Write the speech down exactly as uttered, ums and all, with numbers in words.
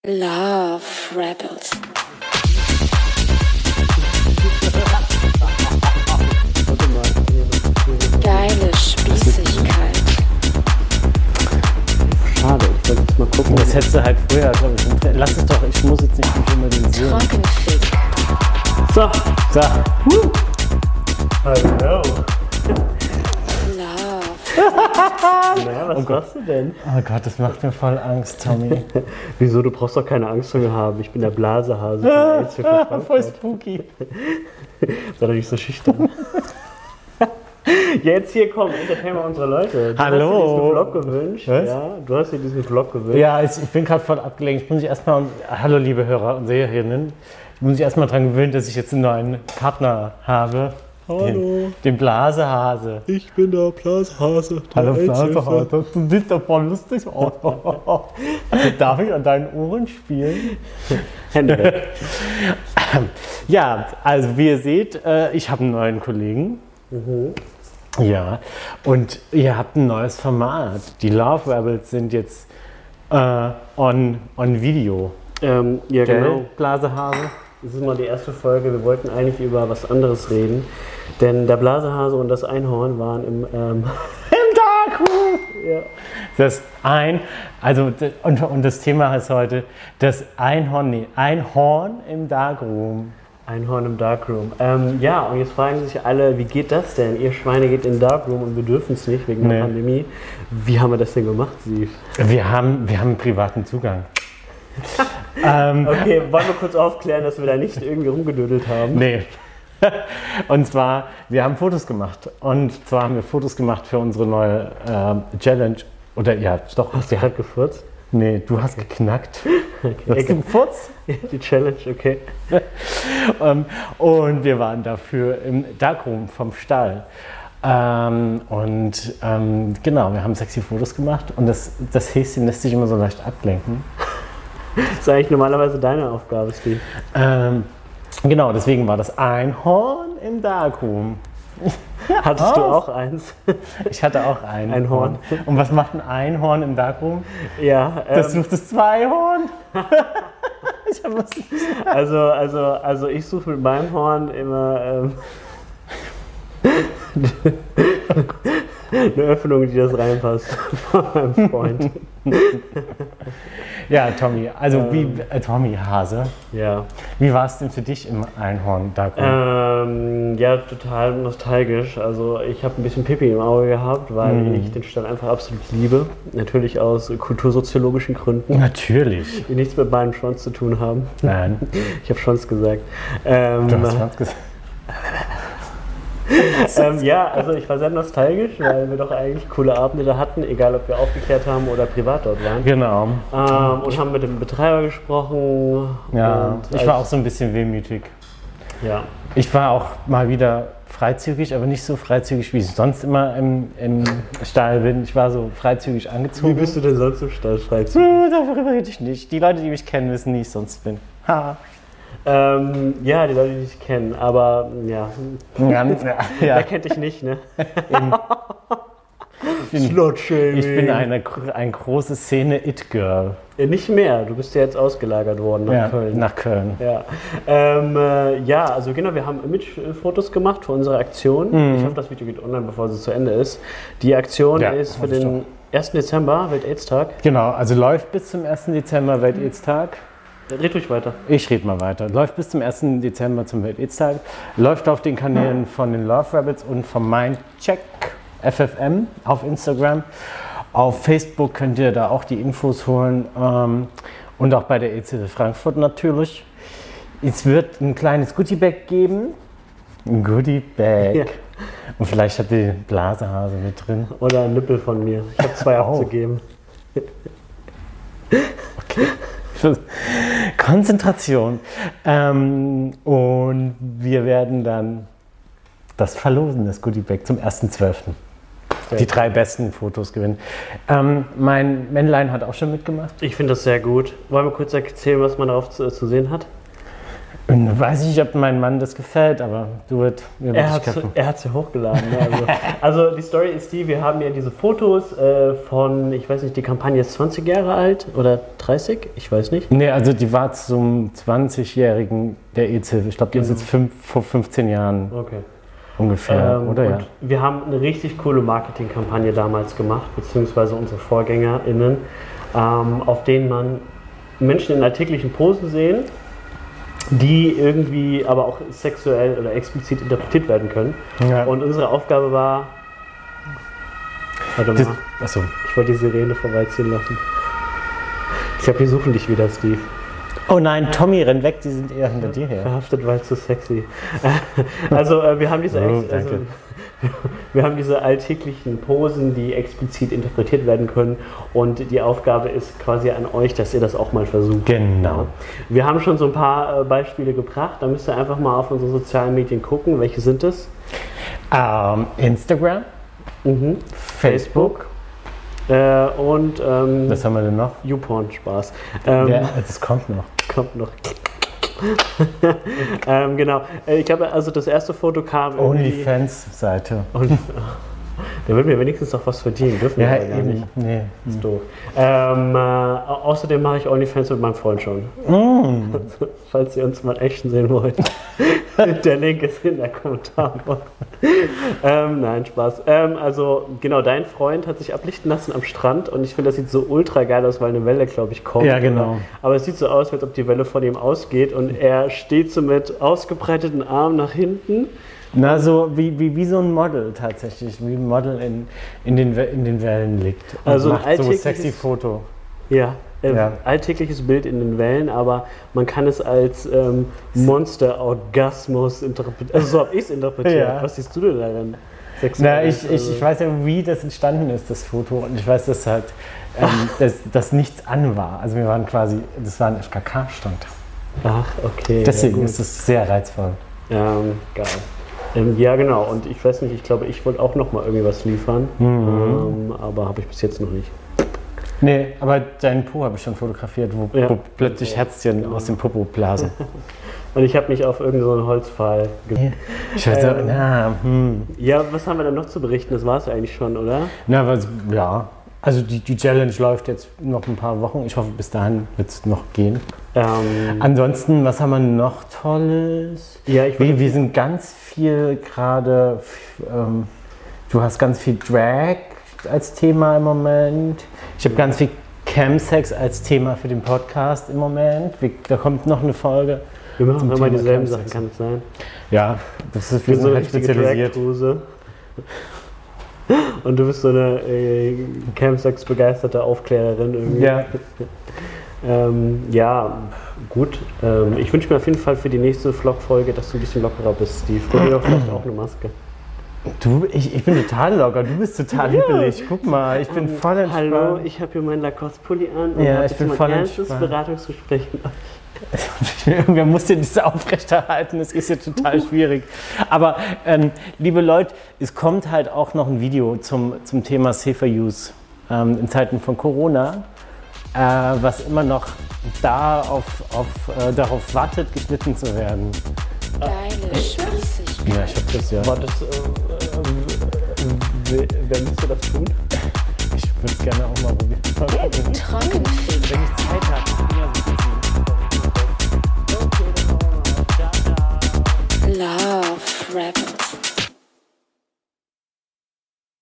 Love Rebels. Geile Spießigkeit. Schade, ich wollte jetzt mal gucken. Das hättest du halt früher, glaube ich. Lass es doch, ich muss jetzt nicht unbedingt sehen. Trockenfick. So, so. Woo. Hallo. Love. Naja, was Oh machst du denn? Oh Gott, das macht mir voll Angst, Tommy. Wieso, du brauchst doch keine Angst vor mir haben. Ich bin der Blasehase von der AIDS-Hilfe Frankfurt. Voll spooky. Sei doch nicht so schüchtern. Jetzt hier, komm, entertain mal unsere Leute. Du Hallo. hast dir diesen Vlog gewünscht. Was? Ja, du hast dir diesen Vlog gewünscht. Ja, ich, ich bin gerade voll abgelenkt. Ich muss mich erstmal, hallo liebe Hörer und Seherinnen, ich muss mich erstmal daran gewöhnen, dass ich jetzt einen neuen Partner habe. Hallo. Den, den Blasehase. Ich bin der Blasehase. Hallo Blasehase, du siehst doch voll lustig aus. Darf ich an deinen Ohren spielen? Hände weg. Ja, also wie ihr seht, äh, ich habe einen neuen Kollegen. Mhm. Ja, und ihr habt ein neues Format. Die Love Rebels sind jetzt äh, on, on Video. Ähm, ja, Gell, genau. Blasehase? Das ist mal die erste Folge. Wir wollten eigentlich über was anderes reden. Denn der Blasehase und das Einhorn waren im... Ähm, Im Darkroom! ja. Das Ein, also d- und, und das Thema ist heute das Einhorn, nee, Einhorn im Darkroom. Einhorn im Darkroom. Ähm, ja, und jetzt fragen sich alle, wie geht das denn? Ihr Schweine geht in den Darkroom und wir dürfen es nicht wegen Nee. der Pandemie. Wie haben wir das denn gemacht, Siv? Wir haben, wir haben einen privaten Zugang. ähm, Okay, wollen wir kurz aufklären, dass wir da nicht irgendwie rumgedödelt haben? Nee. Und zwar, wir haben Fotos gemacht. Und zwar haben wir Fotos gemacht für unsere neue äh, Challenge. Oder ja, doch. Hast du wir gerade gefurzt? Nee, du hast geknackt. Okay. Hast du gefurzt? Die Challenge, okay. ähm, und wir waren dafür im Darkroom vom Stall. Ähm, und ähm, genau, wir haben sexy Fotos gemacht. Und das, das Häschen lässt sich immer so leicht ablenken. Das ist eigentlich normalerweise deine Aufgabe, Steve. Ähm, genau, deswegen war das Einhorn im Darkroom. Hattest du Was? auch eins? Ich hatte auch ein, Ein Horn. Und was macht ein Einhorn im Darkroom? Ja, ähm, Das sucht das Zweihorn. Ich hab was also, also, also ich suche mit meinem Horn immer ähm, eine Öffnung, die das reinpasst von meinem Freund. Ja, Tommy, also Ähm. wie, äh, Tommy Hase, Ja. wie war es denn für dich im Einhorn Darkroom? Ähm, ja, total nostalgisch. Also ich habe ein bisschen Pipi im Auge gehabt, weil Mhm. ich den Stall einfach absolut liebe. Natürlich aus kultursoziologischen Gründen, Natürlich. die nichts mit meinem Schwanz zu tun haben. Nein, Ich habe Schwanz gesagt. Ähm, du hast was gesagt. ähm, ja, also ich war sehr nostalgisch, weil wir doch eigentlich coole Abende da hatten, egal ob wir aufgeklärt haben oder privat dort waren. Genau. Ähm, und haben mit dem Betreiber gesprochen. Ja, und ich war auch so ein bisschen wehmütig. Ja. Ich war auch mal wieder freizügig, aber nicht so freizügig, wie ich sonst immer im, im Stall bin. Ich war so freizügig Wie angezogen. bist du denn sonst im Stall freizügig? Hm, darüber rede ich nicht. Die Leute, die mich kennen, wissen, wie ich sonst bin. Ha. Ähm, ja, die Leute, die dich kennen, aber ja, Ja, wer ja. kennt dich nicht, ne? Ich bin, Slutshaming. ich bin eine, eine große Szene-It-Girl. Ja, nicht mehr, du bist ja jetzt ausgelagert worden nach Ja, Köln. nach Köln. Ja. Ähm, äh, ja, also genau, wir haben Image-Fotos gemacht für unsere Aktion. Mhm. Ich hoffe, das Video geht online, bevor sie zu Ende ist. Die Aktion Ja, ist für hoffe ich den ersten Dezember, Welt-Aids-Tag. Genau, also läuft bis zum ersten Dezember Welt-Aids-Tag. Red ruhig weiter. Ich rede mal weiter. Läuft bis zum ersten Dezember zum Welt-Aids-Tag. Läuft auf den Kanälen von den Love Rebels und vom Mindcheck F F M auf Instagram. Auf Facebook könnt ihr da auch die Infos holen. Ähm, und auch bei der AIDS-Hilfe Frankfurt natürlich. Es wird ein kleines Goodie-Bag geben. Ein Goodie-Bag. Ja. Und vielleicht habt ihr den Blasehase mit drin. Oder ein Nippel von mir. Ich habe zwei Oh. abzugeben. Konzentration. Ähm, und wir werden dann das verlosen, das Goodiebag, zum ersten zwölften Die drei besten Fotos gewinnen. Ähm, mein Männlein hat auch schon mitgemacht. Ich finde das sehr gut. Wollen wir kurz erzählen, was man darauf zu, zu sehen hat? Und weiß ich nicht, ob mein Mann das gefällt, aber du wirst mir Er hat es ja hochgeladen. Ne? Also, also die Story ist die, wir haben ja diese Fotos äh, von, ich weiß nicht, die Kampagne ist zwanzig Jahre alt oder dreißig, ich weiß nicht. Nee, also die war zum zwanzigjährigen der E Z. Ich glaube, die ist jetzt fünf, vor fünfzehn Jahren Okay. ungefähr, Ähm, oder ja? und wir haben eine richtig coole Marketingkampagne damals gemacht, beziehungsweise unsere VorgängerInnen, ähm, auf denen man Menschen in alltäglichen Posen sehen, die irgendwie aber auch sexuell oder explizit interpretiert werden können. Ja. Und unsere Aufgabe war, warte mal, Das, achso. ich wollte die Sirene vorbeiziehen lassen. Ich glaube, die suchen dich wieder, Steve. Oh nein, Tommy, renn weg, die sind eher hinter dir her. Verhaftet, weil zu sexy. Also äh, wir haben diese Oh, ex- also, danke. wir haben diese alltäglichen Posen, die explizit interpretiert werden können, und die Aufgabe ist quasi an euch, dass ihr das auch mal versucht. Genau. Wir haben schon so ein paar äh, Beispiele gebracht, da müsst ihr einfach mal auf unsere sozialen Medien gucken. Welche sind es? Ähm, Instagram, Mhm. Facebook, Äh, und ähm, was haben wir denn noch? YouPorn, Spaß. Ähm, Ja, das kommt noch. Kommt noch. ähm, genau. Äh, Ich habe also das erste Foto kam irgendwie- OnlyFans-Seite. Und, der wird mir wenigstens noch was verdienen, dürfen wir Ja, aber gar nicht. eben. Nee. Das ist doof. Ähm, äh, au- außerdem mache ich OnlyFans mit meinem Freund schon. Mm. Falls ihr uns mal Action sehen wollt. Der Link ist in der Kommentarbox. ähm, nein, Spaß. Ähm, also, genau, dein Freund hat sich ablichten lassen am Strand, und ich finde, das sieht so ultra geil aus, weil eine Welle, glaube ich, kommt. Ja, genau. Aber es sieht so aus, als ob die Welle von ihm ausgeht, und er steht so mit ausgebreiteten Armen nach hinten. Na, so wie, wie, wie so ein Model tatsächlich, wie ein Model in, in, den, We- in den Wellen liegt. Und Also ein macht so ein alltägliches- sexy Foto. Ja, äh, Ja. alltägliches Bild in den Wellen, aber man kann es als ähm, Monster-Orgasmus interpretieren. Also so habe ich es interpretiert. Ja. Was siehst du denn darin? Sexuell? Na, ich, ich, Also- ich weiß ja, wie das entstanden ist, das Foto. Und ich weiß, dass halt ähm, dass, dass nichts an war. Also wir waren quasi, das war ein F K K-Stand. Ach, okay. Deswegen ja, gut. ist es sehr reizvoll. Ähm, geil. Ähm, ja, genau. Und ich weiß nicht, ich glaube, ich wollte auch noch mal irgendwie was liefern. Ähm, aber habe ich bis jetzt noch nicht. Nee, aber deinen Po habe ich schon fotografiert, wo, Ja. wo plötzlich Herzchen aus dem Popo blasen. Und ich habe mich auf irgendeinen so einen Holzpfahl ge- Ich weiß Ähm. na, hm. Ja, was haben wir dann noch zu berichten? Das war es eigentlich schon, oder? Na, was, ja. Also die, die Challenge läuft jetzt noch ein paar Wochen. Ich hoffe, bis dahin wird es noch gehen. Ähm, Ansonsten, was haben wir noch Tolles? ja, ich Wir, wir sind ganz viel gerade, f- ähm, du hast ganz viel Drag als Thema im Moment. Ich habe ganz viel Camsex als Thema für den Podcast im Moment. Wir, da kommt noch eine Folge. wir machen zum immer Thema dieselben Chemsex. Sachen, kann es sein? Ja, das ist, Wir wir sind sind so halt richtige spezialisiert. Drag-Kruse. Und du bist so eine äh, Campsex-begeisterte Aufklärerin irgendwie. Ja. Ähm, ja, gut. Ähm, ich wünsche mir auf jeden Fall für die nächste Vlog-Folge, dass du ein bisschen lockerer bist, Steve. Du hast doch vielleicht auch eine Maske. Du, ich, ich bin total locker, du bist total hippelig. Guck mal, ich bin voll entspannt. Hallo, ich habe hier meinen Lacoste-Pulli an und Ja, habe ich jetzt bin mein voll erstes entspannt. Beratungsgespräch. Irgendwer muss dir das aufrechterhalten, das ist ja total schwierig. Aber ähm, liebe Leute, es kommt halt auch noch ein Video zum, zum Thema Safer Use ähm, in Zeiten von Corona, äh, was immer noch da auf, auf, äh, darauf wartet, geschnitten zu werden. Geile Spießigkeit. Ja, ich hab das ja. War das, äh, äh, wer müsste das tun? Ich würde es gerne auch mal probieren. Trockenfick. Wenn ich Zeit habe, ich bin ja so busy. Love